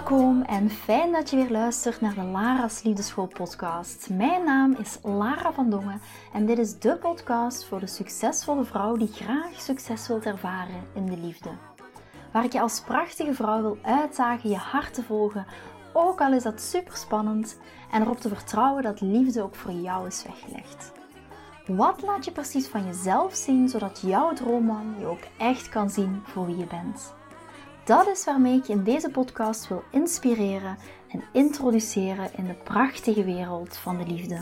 Welkom en fijn dat je weer luistert naar de Lara's Liefdeschool podcast. Mijn naam is Lara van Dongen en dit is de podcast voor de succesvolle vrouw die graag succes wilt ervaren in de liefde. Waar ik je als prachtige vrouw wil uitdagen je hart te volgen, ook al is dat super spannend, en erop te vertrouwen dat liefde ook voor jou is weggelegd. Wat laat je precies van jezelf zien, zodat jouw droomman je ook echt kan zien voor wie je bent? Dat is waarmee ik je in deze podcast wil inspireren en introduceren in de prachtige wereld van de liefde.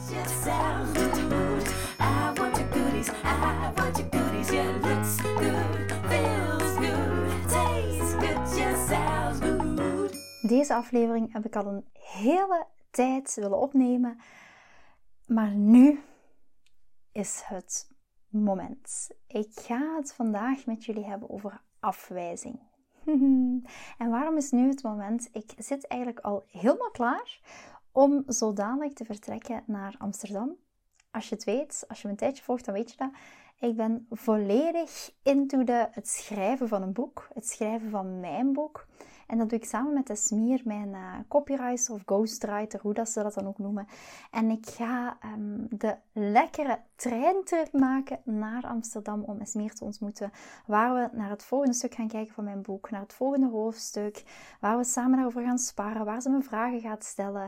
Deze aflevering heb ik al een hele tijd willen opnemen, maar nu is het moment. Ik ga het vandaag met jullie hebben over afwijzing. En waarom is nu het moment? Ik zit eigenlijk al helemaal klaar om zo dadelijk te vertrekken naar Amsterdam. Als je het weet, als je me een tijdje volgt, dan weet je dat. Ik ben volledig into het schrijven van een boek. Het schrijven van mijn boek. En dat doe ik samen met Esmier, mijn copywriter of ghostwriter, hoe dat ze dat dan ook noemen. En ik ga de lekkere treintrip maken naar Amsterdam om Esmier te ontmoeten. Waar we naar het volgende stuk gaan kijken van mijn boek, naar het volgende hoofdstuk. Waar we samen daarover gaan sparren, waar ze me vragen gaat stellen.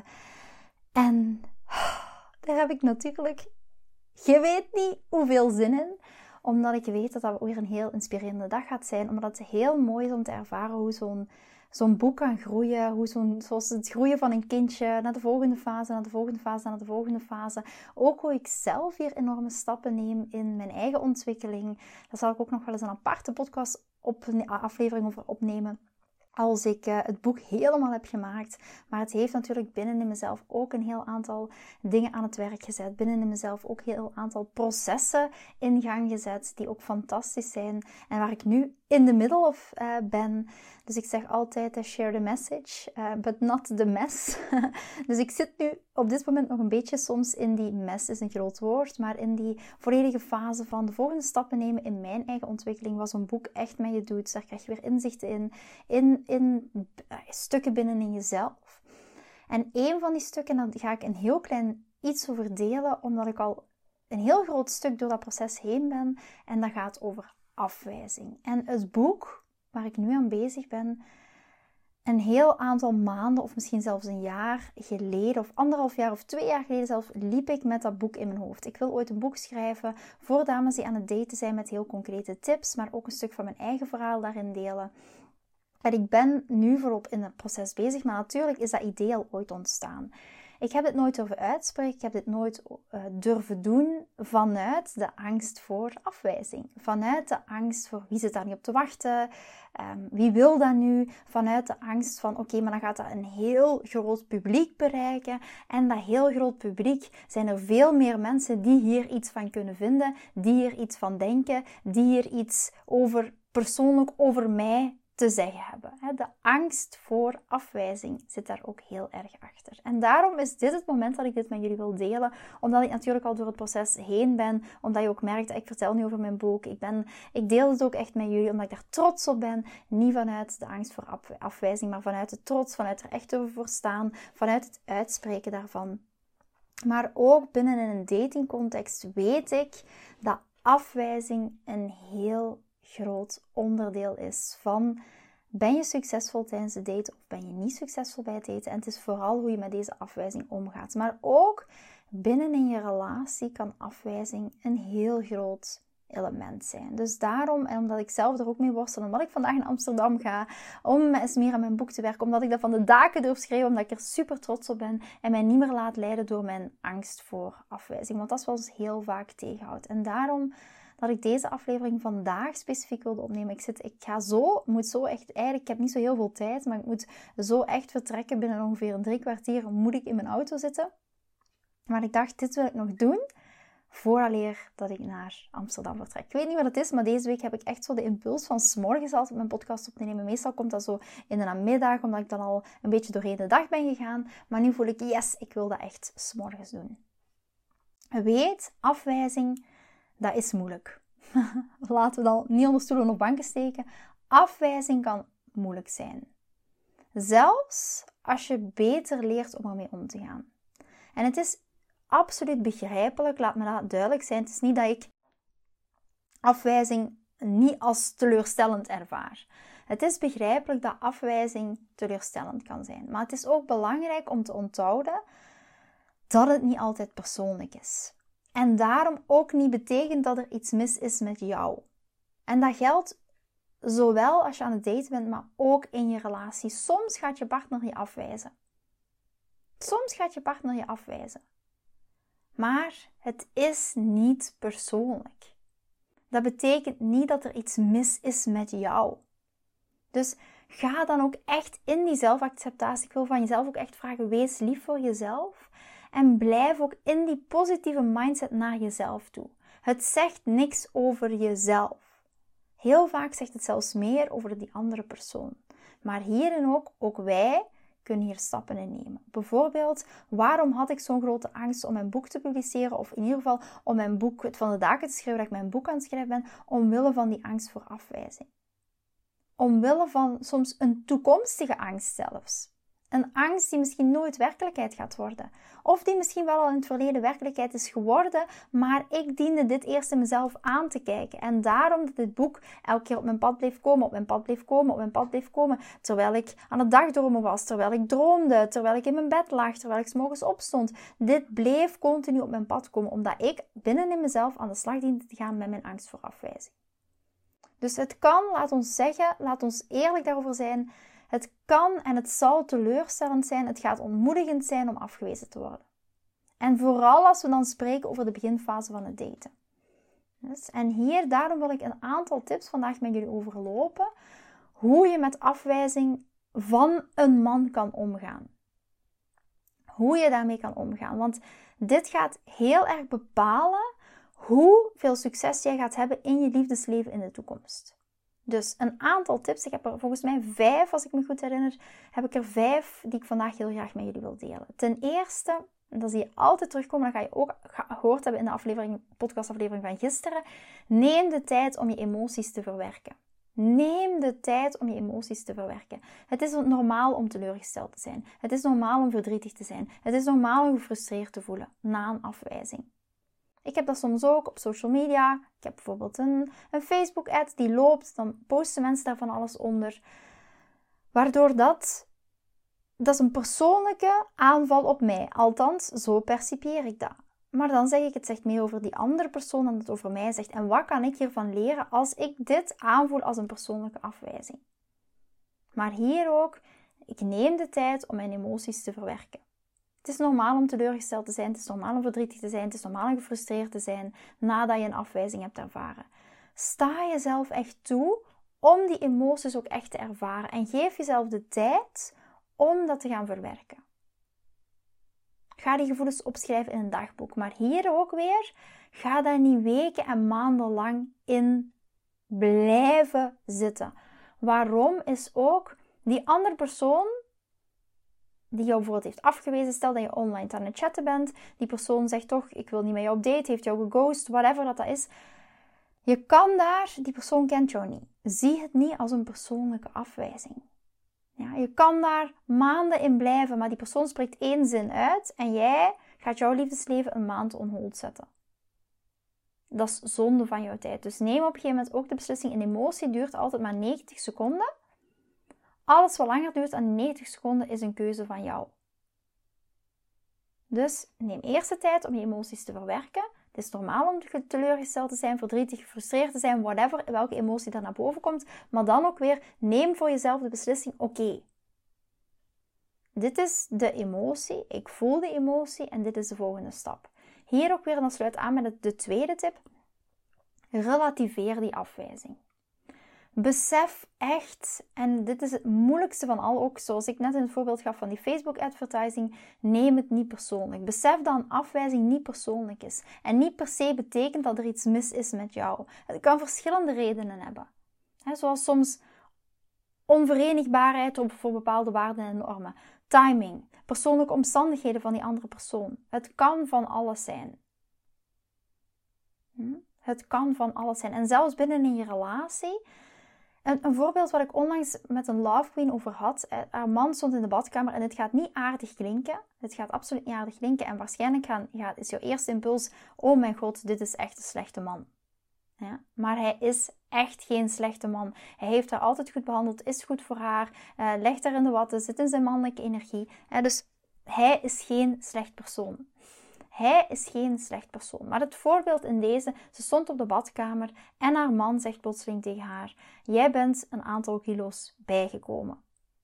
En daar heb ik natuurlijk, je weet niet hoeveel zin in. Omdat ik weet dat dat weer een heel inspirerende dag gaat zijn. Omdat het heel mooi is om te ervaren hoe zo'n boek kan groeien. Zoals het groeien van een kindje naar de volgende fase, naar de volgende fase, naar de volgende fase. Ook hoe ik zelf hier enorme stappen neem in mijn eigen ontwikkeling. Daar zal ik ook nog wel eens een aparte aflevering over opnemen. Als ik het boek helemaal heb gemaakt. Maar het heeft natuurlijk binnen in mezelf ook een heel aantal dingen aan het werk gezet. Binnen in mezelf ook een heel aantal processen in gang gezet. Die ook fantastisch zijn. En waar ik nu in de middle of ben. Dus ik zeg altijd share the message. But not the mess. Dus ik zit nu op dit moment nog een beetje soms in die mess is een groot woord. Maar in die volledige fase van de volgende stappen nemen in mijn eigen ontwikkeling. Wat zo'n boek echt met je doet. Daar krijg je weer inzichten in stukken binnenin jezelf. En een van die stukken, daar ga ik een heel klein iets over delen, omdat ik al een heel groot stuk door dat proces heen ben. En dat gaat over afwijzing. En het boek waar ik nu aan bezig ben, een heel aantal maanden of misschien zelfs een jaar geleden of 1,5 jaar of 2 jaar geleden zelfs, liep ik met dat boek in mijn hoofd. Ik wil ooit een boek schrijven voor dames die aan het daten zijn met heel concrete tips, maar ook een stuk van mijn eigen verhaal daarin delen. En ik ben nu volop in het proces bezig, maar natuurlijk is dat idee al ooit ontstaan. Ik heb dit nooit durven uitspreken, ik heb dit nooit durven doen vanuit de angst voor afwijzing. Vanuit de angst voor wie zit daar niet op te wachten, wie wil dat nu? Vanuit de angst van oké, maar dan gaat dat een heel groot publiek bereiken. En dat heel groot publiek zijn er veel meer mensen die hier iets van kunnen vinden, die hier iets van denken, die hier iets persoonlijk over mij te zeggen hebben. De angst voor afwijzing zit daar ook heel erg achter. En daarom is dit het moment dat ik dit met jullie wil delen. Omdat ik natuurlijk al door het proces heen ben. Omdat je ook merkt, ik vertel nu over mijn boek. Ik deel het ook echt met jullie, omdat ik daar trots op ben. Niet vanuit de angst voor afwijzing, maar vanuit de trots, vanuit er echt over staan, vanuit het uitspreken daarvan. Maar ook binnen in een datingcontext weet ik dat afwijzing een heel groot onderdeel is van ben je succesvol tijdens de date of ben je niet succesvol bij het daten. En het is vooral hoe je met deze afwijzing omgaat. Maar ook binnen in je relatie kan afwijzing een heel groot element zijn. Dus daarom, en omdat ik zelf er ook mee worstel, omdat ik vandaag naar Amsterdam ga om met Esmier aan mijn boek te werken, omdat ik dat van de daken durf schrijven, omdat ik er super trots op ben en mij niet meer laat leiden door mijn angst voor afwijzing. Want dat is wat ons heel vaak tegenhoudt. En daarom dat ik deze aflevering vandaag specifiek wilde opnemen. Ik heb niet zo heel veel tijd, maar ik moet zo echt vertrekken. Binnen ongeveer een 3 kwartier moet ik in mijn auto zitten. Maar ik dacht, dit wil ik nog doen, vooraleer dat ik naar Amsterdam vertrek. Ik weet niet wat het is, maar deze week heb ik echt zo de impuls van 's morgens altijd mijn podcast op te nemen. Meestal komt dat zo in de namiddag, omdat ik dan al een beetje doorheen de dag ben gegaan. Maar nu voel ik, yes, ik wil dat echt 's morgens doen. Weet, afwijzing, dat is moeilijk. Laten we dat niet onder stoelen of banken steken. Afwijzing kan moeilijk zijn. Zelfs als je beter leert om ermee om te gaan. En het is absoluut begrijpelijk, laat me dat duidelijk zijn. Het is niet dat ik afwijzing niet als teleurstellend ervaar. Het is begrijpelijk dat afwijzing teleurstellend kan zijn. Maar het is ook belangrijk om te onthouden dat het niet altijd persoonlijk is. En daarom ook niet betekent dat er iets mis is met jou. En dat geldt zowel als je aan het daten bent, maar ook in je relatie. Soms gaat je partner je afwijzen. Maar het is niet persoonlijk. Dat betekent niet dat er iets mis is met jou. Dus ga dan ook echt in die zelfacceptatie. Ik wil van jezelf ook echt vragen, wees lief voor jezelf. En blijf ook in die positieve mindset naar jezelf toe. Het zegt niks over jezelf. Heel vaak zegt het zelfs meer over die andere persoon. Maar hierin ook wij kunnen hier stappen in nemen. Bijvoorbeeld, waarom had ik zo'n grote angst om mijn boek te publiceren? Of in ieder geval om mijn boek het van de daken te schrijven, dat ik mijn boek aan het schrijven ben, omwille van die angst voor afwijzing. Omwille van soms een toekomstige angst zelfs. Een angst die misschien nooit werkelijkheid gaat worden. Of die misschien wel al in het verleden werkelijkheid is geworden, maar ik diende dit eerst in mezelf aan te kijken. En daarom dat dit boek elke keer op mijn pad bleef komen, terwijl ik aan het dagdromen was, terwijl ik droomde, terwijl ik in mijn bed lag, terwijl ik 's morgens opstond. Dit bleef continu op mijn pad komen, omdat ik binnen in mezelf aan de slag diende te gaan met mijn angst voor afwijzing. Dus het kan, laat ons eerlijk daarover zijn. Het kan en het zal teleurstellend zijn. Het gaat ontmoedigend zijn om afgewezen te worden. En vooral als we dan spreken over de beginfase van het daten. Dus, en daarom wil ik een aantal tips vandaag met jullie overlopen. Hoe je met afwijzing van een man kan omgaan. Hoe je daarmee kan omgaan. Want dit gaat heel erg bepalen hoeveel succes jij gaat hebben in je liefdesleven in de toekomst. Dus een aantal tips. Ik heb er volgens mij 5, als ik me goed herinner, heb ik er 5 die ik vandaag heel graag met jullie wil delen. Ten eerste, en dat zie je altijd terugkomen, dat ga je ook gehoord hebben in de podcastaflevering van gisteren. Neem de tijd om je emoties te verwerken. Neem de tijd om je emoties te verwerken. Het is normaal om teleurgesteld te zijn. Het is normaal om verdrietig te zijn. Het is normaal om gefrustreerd te voelen na een afwijzing. Ik heb dat soms ook op social media. Ik heb bijvoorbeeld een Facebook-ad die loopt. Dan posten mensen daar van alles onder. Waardoor dat is een persoonlijke aanval op mij. Althans, zo percipieer ik dat. Maar dan zeg ik, het zegt meer over die andere persoon dan het over mij zegt. En wat kan ik hiervan leren als ik dit aanvoel als een persoonlijke afwijzing? Maar hier ook, ik neem de tijd om mijn emoties te verwerken. Het is normaal om teleurgesteld te zijn, het is normaal om verdrietig te zijn, het is normaal om gefrustreerd te zijn nadat je een afwijzing hebt ervaren. Sta jezelf echt toe om die emoties ook echt te ervaren en geef jezelf de tijd om dat te gaan verwerken. Ga die gevoelens opschrijven in een dagboek, maar hier ook weer, ga daar niet weken en maanden lang in blijven zitten. Waarom is ook die andere persoon die jou bijvoorbeeld heeft afgewezen, stel dat je online aan het chatten bent, die persoon zegt toch, ik wil niet met jou op date, heeft jou geghost, whatever dat is. Je kan die persoon kent jou niet. Zie het niet als een persoonlijke afwijzing. Ja, je kan daar maanden in blijven, maar die persoon spreekt 1 zin uit en jij gaat jouw liefdesleven een maand on hold zetten. Dat is zonde van jouw tijd. Dus neem op een gegeven moment ook de beslissing, een emotie duurt altijd maar 90 seconden. Alles wat langer duurt dan 90 seconden is een keuze van jou. Dus neem eerst de tijd om je emoties te verwerken. Het is normaal om teleurgesteld te zijn, verdrietig, gefrustreerd te zijn, whatever, welke emotie er naar boven komt. Maar dan ook weer, neem voor jezelf de beslissing, oké. Dit is de emotie, ik voel de emotie en dit is de volgende stap. Hier ook weer, en dat sluit aan met de tweede tip. Relativeer die afwijzing. Besef echt, en dit is het moeilijkste van al, ook zoals ik net in het voorbeeld gaf van die Facebook-advertising, neem het niet persoonlijk. Besef dat een afwijzing niet persoonlijk is. En niet per se betekent dat er iets mis is met jou. Het kan verschillende redenen hebben. Zoals soms onverenigbaarheid voor bepaalde waarden en normen. Timing, persoonlijke omstandigheden van die andere persoon. Het kan van alles zijn. Het kan van alles zijn. En zelfs binnen in je relatie. Een voorbeeld wat ik onlangs met een love queen over had. Haar man stond in de badkamer en het gaat niet aardig klinken. Het gaat absoluut niet aardig klinken. En waarschijnlijk is jouw eerste impuls, oh mijn god, dit is echt een slechte man. Ja? Maar hij is echt geen slechte man. Hij heeft haar altijd goed behandeld, is goed voor haar, legt haar in de watten, zit in zijn mannelijke energie. Dus hij is geen slecht persoon. Hij is geen slecht persoon. Maar het voorbeeld in deze, ze stond op de badkamer en haar man zegt plotseling tegen haar, jij bent een aantal kilo's bijgekomen.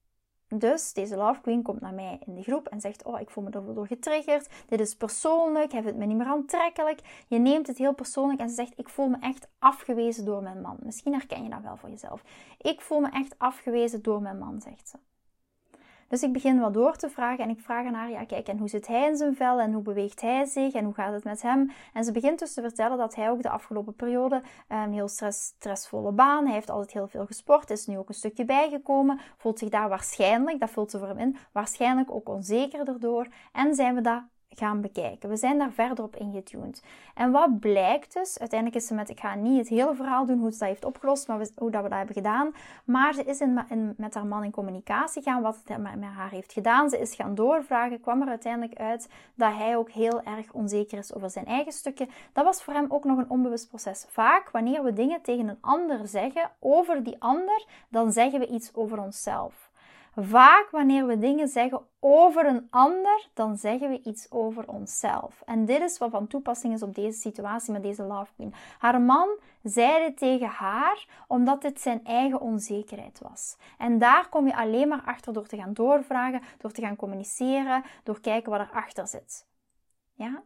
Dus deze love queen komt naar mij in de groep en zegt, oh, ik voel me erdoor getriggerd, dit is persoonlijk, hij vindt me niet meer aantrekkelijk. Je neemt het heel persoonlijk en ze zegt, ik voel me echt afgewezen door mijn man. Misschien herken je dat wel voor jezelf. Ik voel me echt afgewezen door mijn man, zegt ze. Dus ik begin wat door te vragen en ik vraag aan haar, ja kijk, en hoe zit hij in zijn vel en hoe beweegt hij zich en hoe gaat het met hem? En ze begint dus te vertellen dat hij ook de afgelopen periode een heel stressvolle baan, hij heeft altijd heel veel gesport, is nu ook een stukje bijgekomen, voelt zich daar waarschijnlijk, dat vult ze voor hem in, waarschijnlijk ook onzeker erdoor en zijn we dat gaan bekijken. We zijn daar verder op ingetuned. En wat blijkt dus? Uiteindelijk is ze ik ga niet het hele verhaal doen hoe ze dat heeft opgelost, maar hoe dat we dat hebben gedaan. Maar ze is met haar man in communicatie gaan, wat het met haar heeft gedaan. Ze is gaan doorvragen, kwam er uiteindelijk uit dat hij ook heel erg onzeker is over zijn eigen stukje. Dat was voor hem ook nog een onbewust proces. Vaak, wanneer we dingen tegen een ander zeggen, over die ander, dan zeggen we iets over onszelf. Vaak wanneer we dingen zeggen over een ander, dan zeggen we iets over onszelf. En dit is wat van toepassing is op deze situatie met deze love queen. Haar man zei dit tegen haar omdat dit zijn eigen onzekerheid was. En daar kom je alleen maar achter door te gaan doorvragen, door te gaan communiceren, door kijken wat erachter zit. Ja?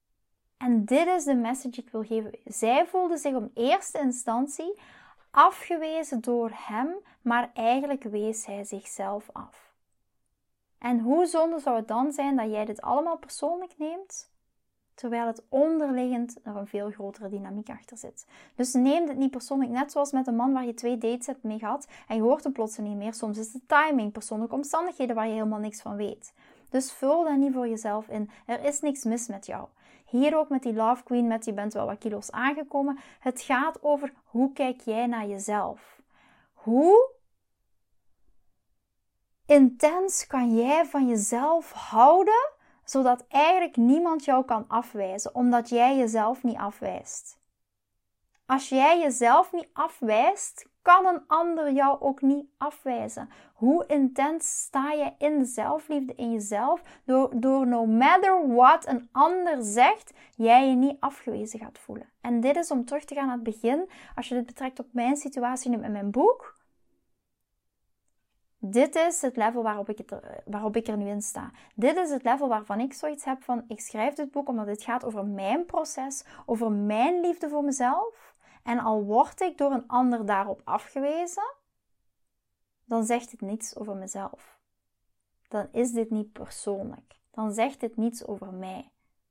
En dit is de message die ik wil geven. Zij voelde zich op eerste instantie afgewezen door hem, maar eigenlijk wees hij zichzelf af. En hoe zonde zou het dan zijn dat jij dit allemaal persoonlijk neemt, terwijl het onderliggend er een veel grotere dynamiek achter zit. Dus neem dit niet persoonlijk, net zoals met een man waar je 2 dates hebt mee gehad en je hoort hem plotseling niet meer. Soms is de timing, persoonlijke omstandigheden waar je helemaal niks van weet. Dus vul dat niet voor jezelf in. Er is niks mis met jou. Hier ook met die love queen, met je bent wel wat kilo's aangekomen. Het gaat over hoe kijk jij naar jezelf. Hoe intens kan jij van jezelf houden, zodat eigenlijk niemand jou kan afwijzen, omdat jij jezelf niet afwijst. Als jij jezelf niet afwijst, kan een ander jou ook niet afwijzen. Hoe intens sta je in de zelfliefde in jezelf, door no matter what een ander zegt, jij je niet afgewezen gaat voelen. En dit is om terug te gaan naar het begin, als je dit betrekt op mijn situatie nu in mijn boek. Dit is het level waarop ik er nu in sta. Dit is het level waarvan ik zoiets heb van, ik schrijf dit boek omdat het gaat over mijn proces, over mijn liefde voor mezelf. En al word ik door een ander daarop afgewezen, dan zegt dit niets over mezelf. Dan is dit niet persoonlijk. Dan zegt dit niets over mij.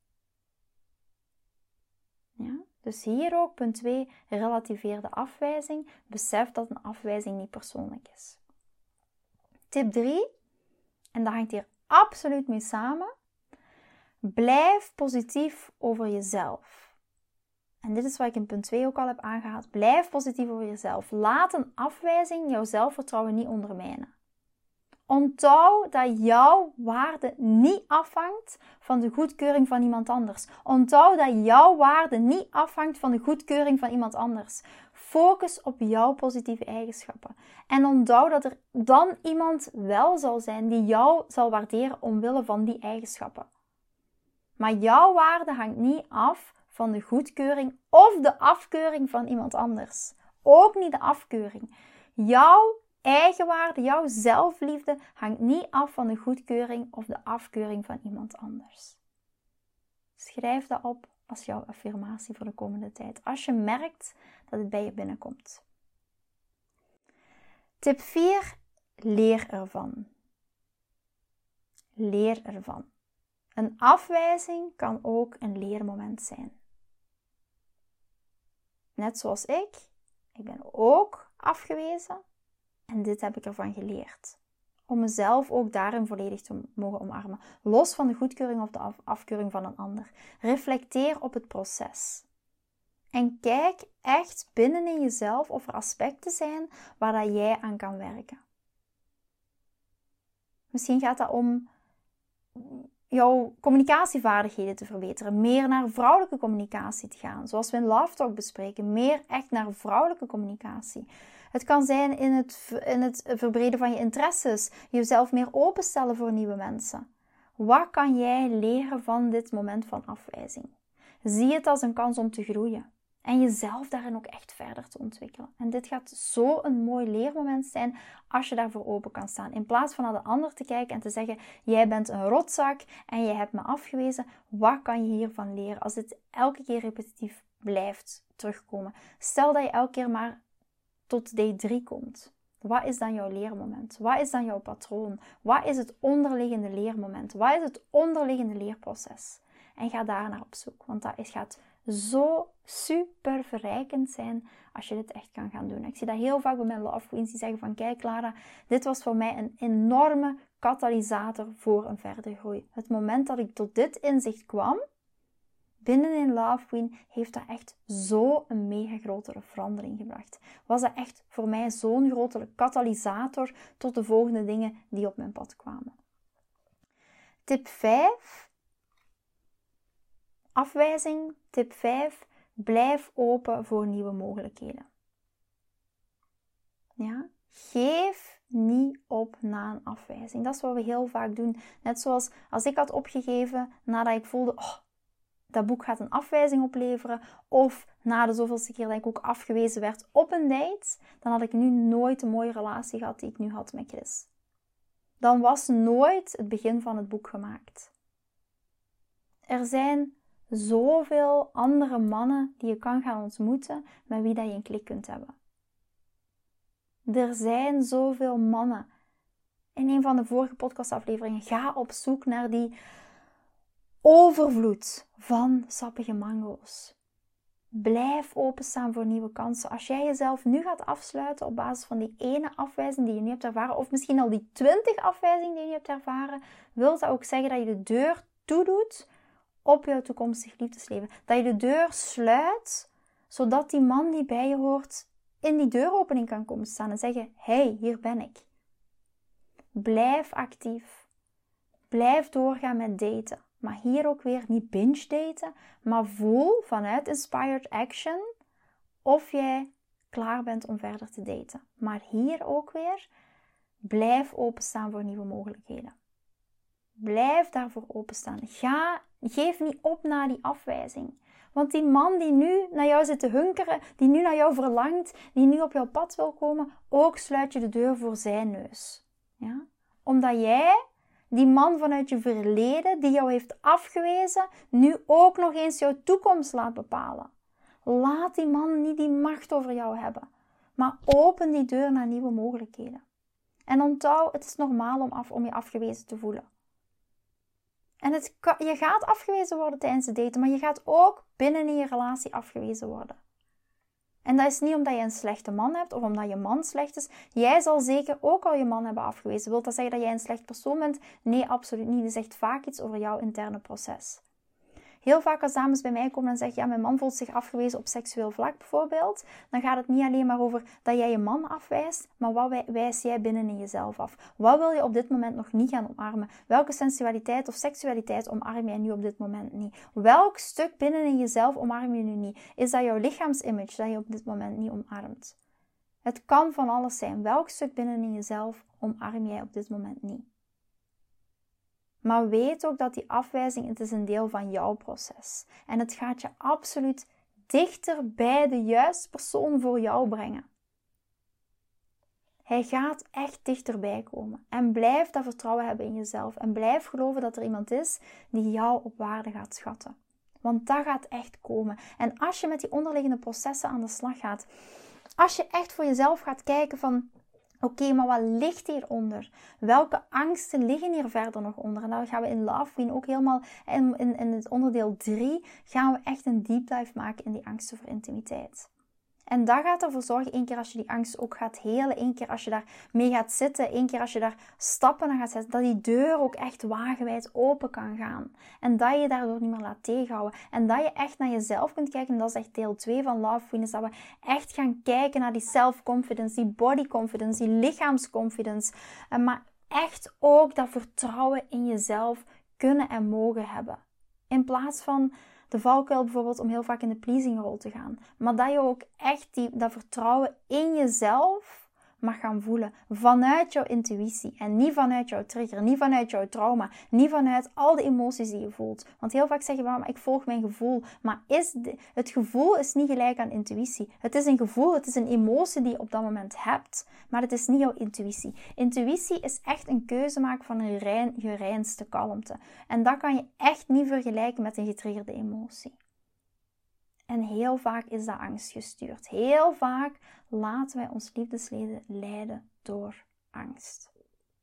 Ja? Dus hier ook punt 2, relativeer de afwijzing. Besef dat een afwijzing niet persoonlijk is. Tip 3, en dat hangt hier absoluut mee samen. Blijf positief over jezelf. En dit is wat ik in punt 2 ook al heb aangehaald. Blijf positief over jezelf. Laat een afwijzing jouw zelfvertrouwen niet ondermijnen. Onthoud dat jouw waarde niet afhangt van de goedkeuring van iemand anders. Onthoud dat jouw waarde niet afhangt van de goedkeuring van iemand anders. Focus op jouw positieve eigenschappen. En onthoud dat er dan iemand wel zal zijn die jou zal waarderen omwille van die eigenschappen. Maar jouw waarde hangt niet af van de goedkeuring of de afkeuring van iemand anders. Ook niet de afkeuring. Jouw eigenwaarde, jouw zelfliefde hangt niet af van de goedkeuring of de afkeuring van iemand anders. Schrijf dat op als jouw affirmatie voor de komende tijd. Als je merkt dat het bij je binnenkomt. Tip 4. Leer ervan. Leer ervan. Een afwijzing kan ook een leermoment zijn. Net zoals ik ben ook afgewezen en dit heb ik ervan geleerd. Om mezelf ook daarin volledig te mogen omarmen. Los van de goedkeuring of de afkeuring van een ander. Reflecteer op het proces. En kijk echt binnenin jezelf of er aspecten zijn waar dat jij aan kan werken. Misschien gaat dat om jouw communicatievaardigheden te verbeteren. Meer naar vrouwelijke communicatie te gaan. Zoals we in Love Talk bespreken. Meer echt naar vrouwelijke communicatie. Het kan zijn in het verbreden van je interesses. Jezelf meer openstellen voor nieuwe mensen. Wat kan jij leren van dit moment van afwijzing? Zie het als een kans om te groeien. En jezelf daarin ook echt verder te ontwikkelen. En dit gaat zo een mooi leermoment zijn als je daarvoor open kan staan. In plaats van naar de ander te kijken en te zeggen, jij bent een rotzak en jij hebt me afgewezen. Wat kan je hiervan leren als dit elke keer repetitief blijft terugkomen? Stel dat je elke keer maar tot day 3 komt. Wat is dan jouw leermoment? Wat is dan jouw patroon? Wat is het onderliggende leermoment? Wat is het onderliggende leerproces? En ga daar naar op zoek, want dat gaat zo super verrijkend zijn als je dit echt kan gaan doen. Ik zie dat heel vaak bij mijn Love Queens die zeggen van, kijk Lara, dit was voor mij een enorme katalysator voor een verdere groei. Het moment dat ik tot dit inzicht kwam, binnenin Love Queen, heeft dat echt zo een mega grotere verandering gebracht. Was dat echt voor mij zo'n grotere katalysator tot de volgende dingen die op mijn pad kwamen. Tip 5. Afwijzing. Tip 5. Blijf open voor nieuwe mogelijkheden. Ja? Geef niet op na een afwijzing. Dat is wat we heel vaak doen. Net zoals als ik had opgegeven nadat ik voelde, dat boek gaat een afwijzing opleveren. Of na de zoveelste keer dat ik ook afgewezen werd op een date. Dan had ik nu nooit de mooie relatie gehad die ik nu had met Chris. Dan was nooit het begin van het boek gemaakt. Er zijn zoveel andere mannen die je kan gaan ontmoeten, met wie dat je een klik kunt hebben. Er zijn zoveel mannen. In een van de vorige podcastafleveringen, ga op zoek naar die overvloed van sappige mango's. Blijf openstaan voor nieuwe kansen. Als jij jezelf nu gaat afsluiten op basis van die ene afwijzing die je nu hebt ervaren, of misschien al die 20 afwijzingen die je hebt ervaren, wil dat ook zeggen dat je de deur toedoet op jouw toekomstig liefdesleven. Dat je de deur sluit, zodat die man die bij je hoort in die deuropening kan komen staan en zeggen, hey, hier ben ik. Blijf actief. Blijf doorgaan met daten. Maar hier ook weer niet binge daten, maar voel vanuit Inspired Action of jij klaar bent om verder te daten. Maar hier ook weer, blijf openstaan voor nieuwe mogelijkheden. Blijf daarvoor openstaan. Geef niet op na die afwijzing. Want die man die nu naar jou zit te hunkeren, die nu naar jou verlangt, die nu op jouw pad wil komen, ook sluit je de deur voor zijn neus. Ja? Omdat jij die man vanuit je verleden, die jou heeft afgewezen, nu ook nog eens jouw toekomst laat bepalen. Laat die man niet die macht over jou hebben. Maar open die deur naar nieuwe mogelijkheden. En onthoud, het is normaal om je afgewezen te voelen. En je gaat afgewezen worden tijdens het daten, maar je gaat ook binnen in je relatie afgewezen worden. En dat is niet omdat je een slechte man hebt of omdat je man slecht is. Jij zal zeker ook al je man hebben afgewezen. Wilt dat zeggen dat jij een slecht persoon bent? Nee, absoluut niet. Dat zegt vaak iets over jouw interne proces. Heel vaak als dames bij mij komen en zeggen, ja, mijn man voelt zich afgewezen op seksueel vlak bijvoorbeeld, dan gaat het niet alleen maar over dat jij je man afwijst, maar wat wijs jij binnen in jezelf af? Wat wil je op dit moment nog niet gaan omarmen? Welke sensualiteit of seksualiteit omarm jij nu op dit moment niet? Welk stuk binnen in jezelf omarm je nu niet? Is dat jouw lichaamsimage dat je op dit moment niet omarmt? Het kan van alles zijn. Welk stuk binnen in jezelf omarm jij op dit moment niet? Maar weet ook dat die afwijzing, het is een deel van jouw proces. En het gaat je absoluut dichter bij de juiste persoon voor jou brengen. Hij gaat echt dichterbij komen. En blijf dat vertrouwen hebben in jezelf. En blijf geloven dat er iemand is die jou op waarde gaat schatten. Want dat gaat echt komen. En als je met die onderliggende processen aan de slag gaat. Als je echt voor jezelf gaat kijken van, oké, maar wat ligt hieronder? Welke angsten liggen hier verder nog onder? En daar gaan we in Love Queen ook helemaal, in het onderdeel 3, gaan we echt een deep dive maken in die angsten voor intimiteit. En dat gaat ervoor zorgen, één keer als je die angst ook gaat helen, één keer als je daar mee gaat zitten, één keer als je daar stappen naar gaat zetten, dat die deur ook echt wagenwijd open kan gaan. En dat je daardoor niet meer laat tegenhouden. En dat je echt naar jezelf kunt kijken. En dat is echt deel 2 van Love Queen. Is dat we echt gaan kijken naar die self-confidence, die body confidence, die lichaamsconfidence. Maar echt ook dat vertrouwen in jezelf kunnen en mogen hebben. In plaats van de valkuil bijvoorbeeld om heel vaak in de pleasing rol te gaan. Maar dat je ook echt dat vertrouwen in jezelf mag gaan voelen. Vanuit jouw intuïtie. En niet vanuit jouw trigger. Niet vanuit jouw trauma. Niet vanuit al de emoties die je voelt. Want heel vaak zeg je, maar ik volg mijn gevoel. Maar het gevoel is niet gelijk aan intuïtie. Het is een gevoel, het is een emotie die je op dat moment hebt. Maar het is niet jouw intuïtie. Intuïtie is echt een keuze maken van een gereinste kalmte. En dat kan je echt niet vergelijken met een getriggerde emotie. En heel vaak is dat angstgestuurd. Heel vaak laten wij ons liefdesleven leiden door angst.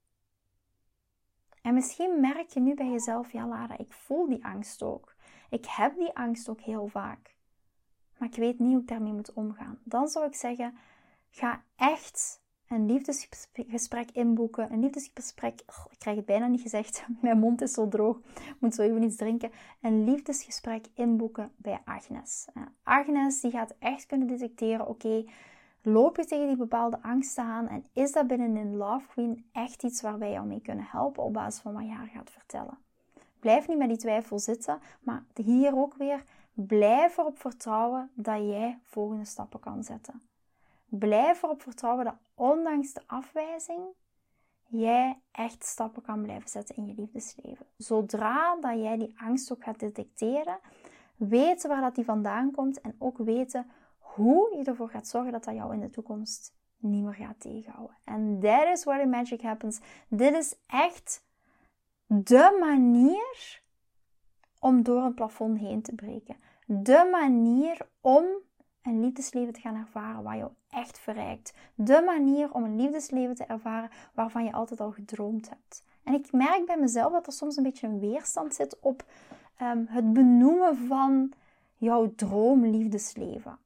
En misschien merk je nu bij jezelf, ja Lara, ik voel die angst ook. Ik heb die angst ook heel vaak. Maar ik weet niet hoe ik daarmee moet omgaan. Dan zou ik zeggen, ga echt een liefdesgesprek inboeken. Een liefdesgesprek, ik krijg het bijna niet gezegd. Mijn mond is zo droog. Ik moet zo even iets drinken. Een liefdesgesprek inboeken bij Agnes. Agnes die gaat echt kunnen detecteren, oké, loop je tegen die bepaalde angsten aan? En is dat binnen een Love Queen echt iets waar wij jou mee kunnen helpen op basis van wat je haar gaat vertellen? Blijf niet met die twijfel zitten. Maar hier ook weer, blijf erop vertrouwen dat jij volgende stappen kan zetten. Blijf erop vertrouwen dat ondanks de afwijzing jij echt stappen kan blijven zetten in je liefdesleven. Zodra dat jij die angst ook gaat detecteren, weten waar dat die vandaan komt en ook weten hoe je ervoor gaat zorgen dat dat jou in de toekomst niet meer gaat tegenhouden. En that is where the magic happens. Dit is echt de manier om door een plafond heen te breken. De manier om een liefdesleven te gaan ervaren waar jou echt verrijkt. De manier om een liefdesleven te ervaren waarvan je altijd al gedroomd hebt. En ik merk bij mezelf dat er soms een beetje een weerstand zit op het benoemen van jouw droomliefdesleven.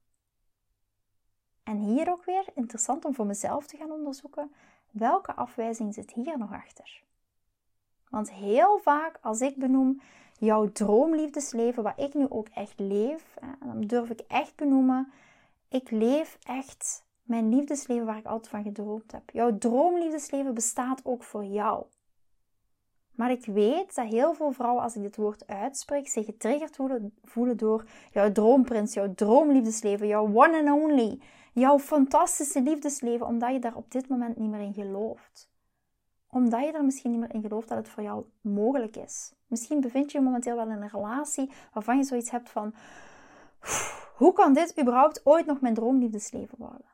En hier ook weer interessant om voor mezelf te gaan onderzoeken, welke afwijzing zit hier nog achter? Want heel vaak als ik benoem jouw droomliefdesleven, wat ik nu ook echt leef, dan durf ik echt benoemen, ik leef echt mijn liefdesleven waar ik altijd van gedroomd heb. Jouw droomliefdesleven bestaat ook voor jou. Maar ik weet dat heel veel vrouwen, als ik dit woord uitspreek, zich getriggerd voelen door jouw droomprins, jouw droomliefdesleven, jouw one and only, jouw fantastische liefdesleven, omdat je daar op dit moment niet meer in gelooft. Omdat je er misschien niet meer in gelooft dat het voor jou mogelijk is. Misschien bevind je je momenteel wel in een relatie waarvan je zoiets hebt van, hoe kan dit überhaupt ooit nog mijn droomliefdesleven worden?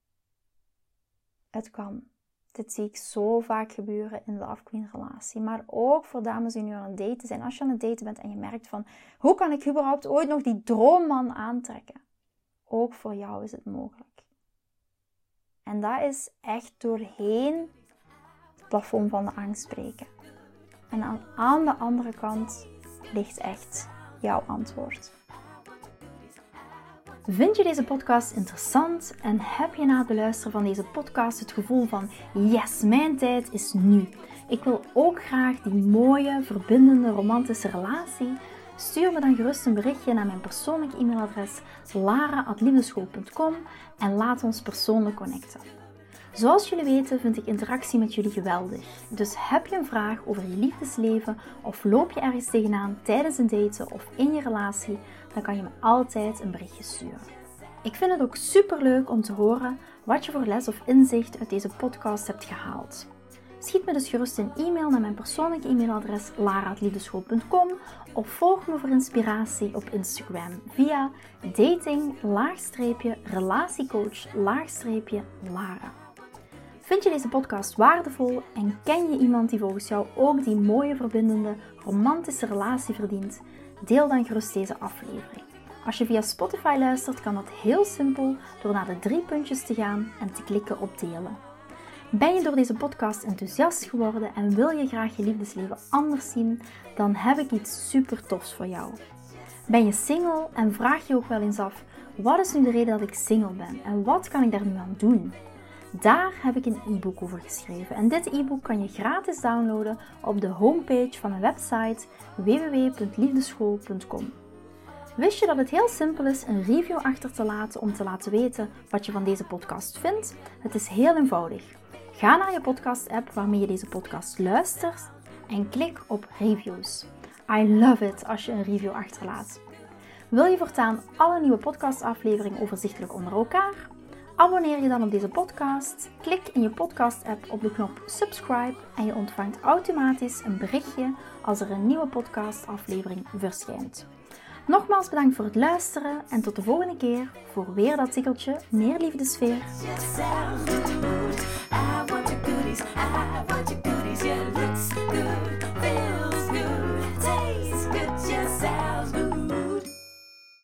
Het kan. Dit zie ik zo vaak gebeuren in de Love Queen relatie. Maar ook voor dames die nu aan het daten zijn. Als je aan het daten bent en je merkt van, hoe kan ik überhaupt ooit nog die droomman aantrekken? Ook voor jou is het mogelijk. En dat is echt doorheen het plafond van de angst breken. En aan de andere kant ligt echt jouw antwoord. Vind je deze podcast interessant en heb je na het beluisteren van deze podcast het gevoel van yes, mijn tijd is nu. Ik wil ook graag die mooie, verbindende, romantische relatie. Stuur me dan gerust een berichtje naar mijn persoonlijke e-mailadres lara@liefdeschool.com en laat ons persoonlijk connecten. Zoals jullie weten vind ik interactie met jullie geweldig. Dus heb je een vraag over je liefdesleven of loop je ergens tegenaan tijdens een daten of in je relatie, dan kan je me altijd een berichtje sturen. Ik vind het ook super leuk om te horen wat je voor les of inzicht uit deze podcast hebt gehaald. Schiet me dus gerust een e-mail naar mijn persoonlijke e-mailadres lara@liefdeschool.com of volg me voor inspiratie op Instagram via dating-relatiecoach-lara. Vind je deze podcast waardevol en ken je iemand die volgens jou ook die mooie, verbindende, romantische relatie verdient? Deel dan gerust deze aflevering. Als je via Spotify luistert, kan dat heel simpel door naar de 3 puntjes te gaan en te klikken op delen. Ben je door deze podcast enthousiast geworden en wil je graag je liefdesleven anders zien, dan heb ik iets super tofs voor jou. Ben je single en vraag je ook wel eens af, wat is nu de reden dat ik single ben en wat kan ik daar nu aan doen? Daar heb ik een e-book over geschreven en dit e-book kan je gratis downloaden op de homepage van mijn website www.liefdeschool.com. Wist je dat het heel simpel is een review achter te laten om te laten weten wat je van deze podcast vindt? Het is heel eenvoudig. Ga naar je podcast-app waarmee je deze podcast luistert en klik op reviews. I love it als je een review achterlaat. Wil je voortaan alle nieuwe podcastafleveringen overzichtelijk onder elkaar? Abonneer je dan op deze podcast, klik in je podcast-app op de knop subscribe en je ontvangt automatisch een berichtje als er een nieuwe podcastaflevering verschijnt. Nogmaals bedankt voor het luisteren en tot de volgende keer voor weer dat tikkeltje meer liefdesfeer. I want your goodies, yeah, looks good, feel